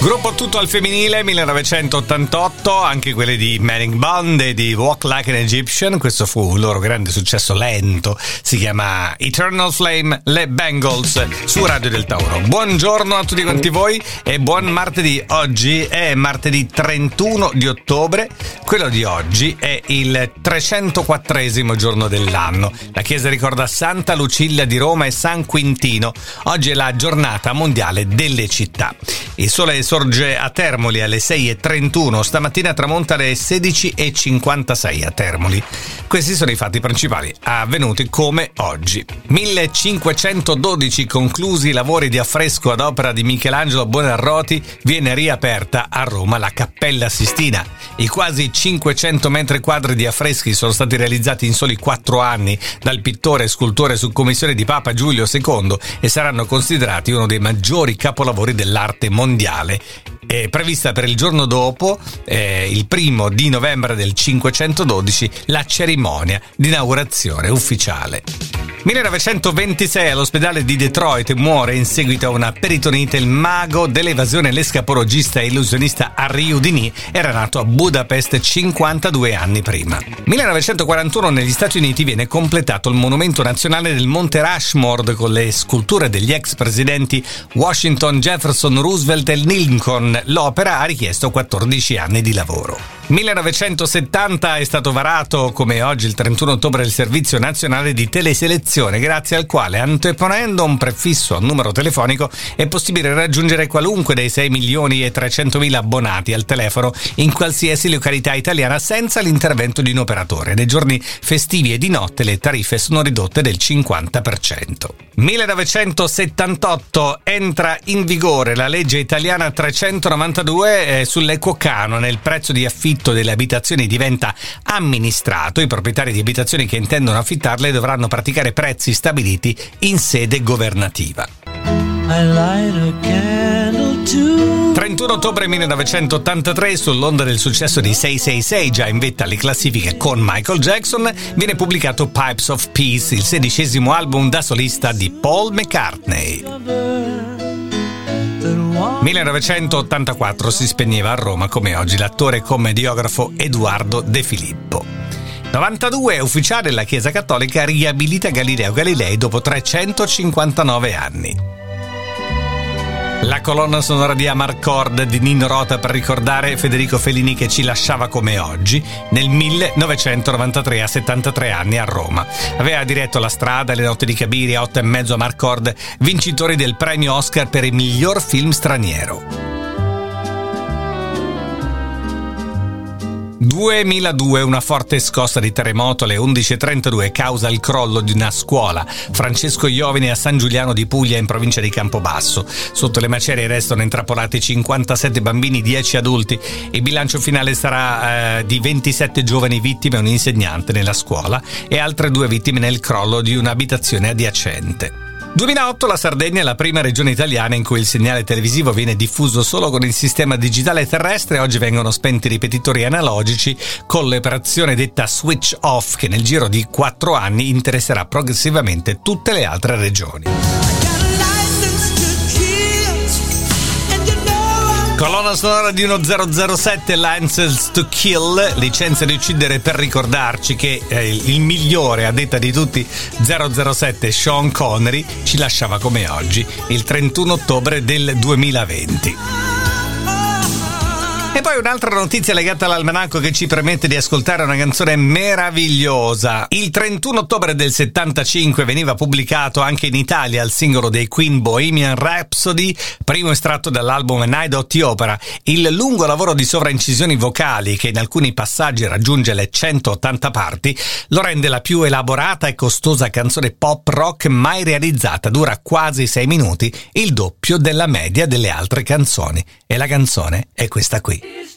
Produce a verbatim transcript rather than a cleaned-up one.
Gruppo tutto al femminile, millenovecentottantotto, anche quelli di Manning Bond e di Walk Like an Egyptian. Questo fu il loro grande successo lento, si chiama Eternal Flame, le Bangles, su Radio del Tauro. Buongiorno a tutti quanti voi e buon martedì. Oggi è martedì trentuno di ottobre, quello di oggi è il trecentoquattresimo giorno dell'anno. La chiesa ricorda Santa Lucilla di Roma e San Quintino. Oggi è la giornata mondiale delle città. Il sole sorge a Termoli alle sei e trentuno, stamattina tramonta alle sedici e cinquantasei a Termoli. Questi sono i fatti principali avvenuti come oggi. millecinquecentododici, conclusi i lavori di affresco ad opera di Michelangelo Buonarroti, viene riaperta a Roma la Cappella Sistina. I quasi cinquecento metri quadri di affreschi sono stati realizzati in soli quattro anni dal pittore e scultore su commissione di Papa Giulio secondo e saranno considerati uno dei maggiori capolavori dell'arte mondiale. È prevista per il giorno dopo, eh, il primo di novembre del cinquecentododici, la cerimonia di inaugurazione ufficiale. millenovecentoventisei, all'ospedale di Detroit muore in seguito a una peritonite il mago dell'evasione, l'escapologista e illusionista Henri Houdini. Era nato a Budapest cinquantadue anni prima. millenovecentoquarantuno, negli Stati Uniti viene completato il monumento nazionale del Monte Rushmore con le sculture degli ex presidenti Washington, Jefferson, Roosevelt e Lincoln. L'opera ha richiesto quattordici anni di lavoro. millenovecentosettanta è stato varato, come oggi il trentuno ottobre, il Servizio Nazionale di Teleselezione, grazie al quale, anteponendo un prefisso al numero telefonico, è possibile raggiungere qualunque dei sei milioni e trecentomila abbonati al telefono in qualsiasi località italiana senza l'intervento di un operatore. Nei giorni festivi e di notte le tariffe sono ridotte del cinquanta per cento. millenovecentosettantotto entra in vigore la legge italiana trecentonovantadue eh, sull'equo canone. Il prezzo di affitto delle abitazioni diventa amministrato. I proprietari di abitazioni che intendono affittarle dovranno praticare prezzi stabiliti in sede governativa. trentuno ottobre millenovecentottantatré, sull'onda del successo di sei sei sei, già in vetta alle classifiche con Michael Jackson, viene pubblicato Pipes of Peace, il sedicesimo album da solista di Paul McCartney. millenovecentottantaquattro si spegneva a Roma, come oggi, l'attore e commediografo Edoardo De Filippo. novantadue, ufficiale, la Chiesa Cattolica riabilita Galileo Galilei dopo trecentocinquantanove anni. La colonna sonora di Amarcord di Nino Rota per ricordare Federico Fellini, che ci lasciava come oggi nel millenovecentonovantatré a settantatré anni a Roma. Aveva diretto La strada, Le notti di Cabiria, Otto e mezzo, Amarcord, vincitori del premio Oscar per il miglior film straniero. duemiladue, una forte scossa di terremoto alle undici e trentadue causa il crollo di una scuola Francesco Iovine a San Giuliano di Puglia, in provincia di Campobasso. Sotto le macerie restano intrappolati cinquantasette bambini, dieci adulti. Il bilancio finale sarà eh, di ventisette giovani vittime, un insegnante nella scuola e altre due vittime nel crollo di un'abitazione adiacente. duemilaotto, la Sardegna è la prima regione italiana in cui il segnale televisivo viene diffuso solo con il sistema digitale terrestre. Oggi vengono spenti i ripetitori analogici con l'operazione detta switch off, che nel giro di quattro anni interesserà progressivamente tutte le altre regioni. Colonna sonora di uno zero zero sette, License to Kill, licenza di uccidere per ricordarci che eh, il migliore, a detta di tutti, zero zero sette, Sean Connery, ci lasciava come oggi, il trentuno ottobre del duemilaventi. E poi un'altra notizia legata all'almanacco che ci permette di ascoltare una canzone meravigliosa. Il trentuno ottobre del settantacinque veniva pubblicato anche in Italia il singolo dei Queen, Bohemian Rhapsody, primo estratto dall'album A Night at the Opera. Il lungo lavoro di sovraincisioni vocali, che in alcuni passaggi raggiunge le centottanta parti, lo rende la più elaborata e costosa canzone pop rock mai realizzata. Dura quasi sei minuti, il doppio della media delle altre canzoni. E la canzone è questa qui.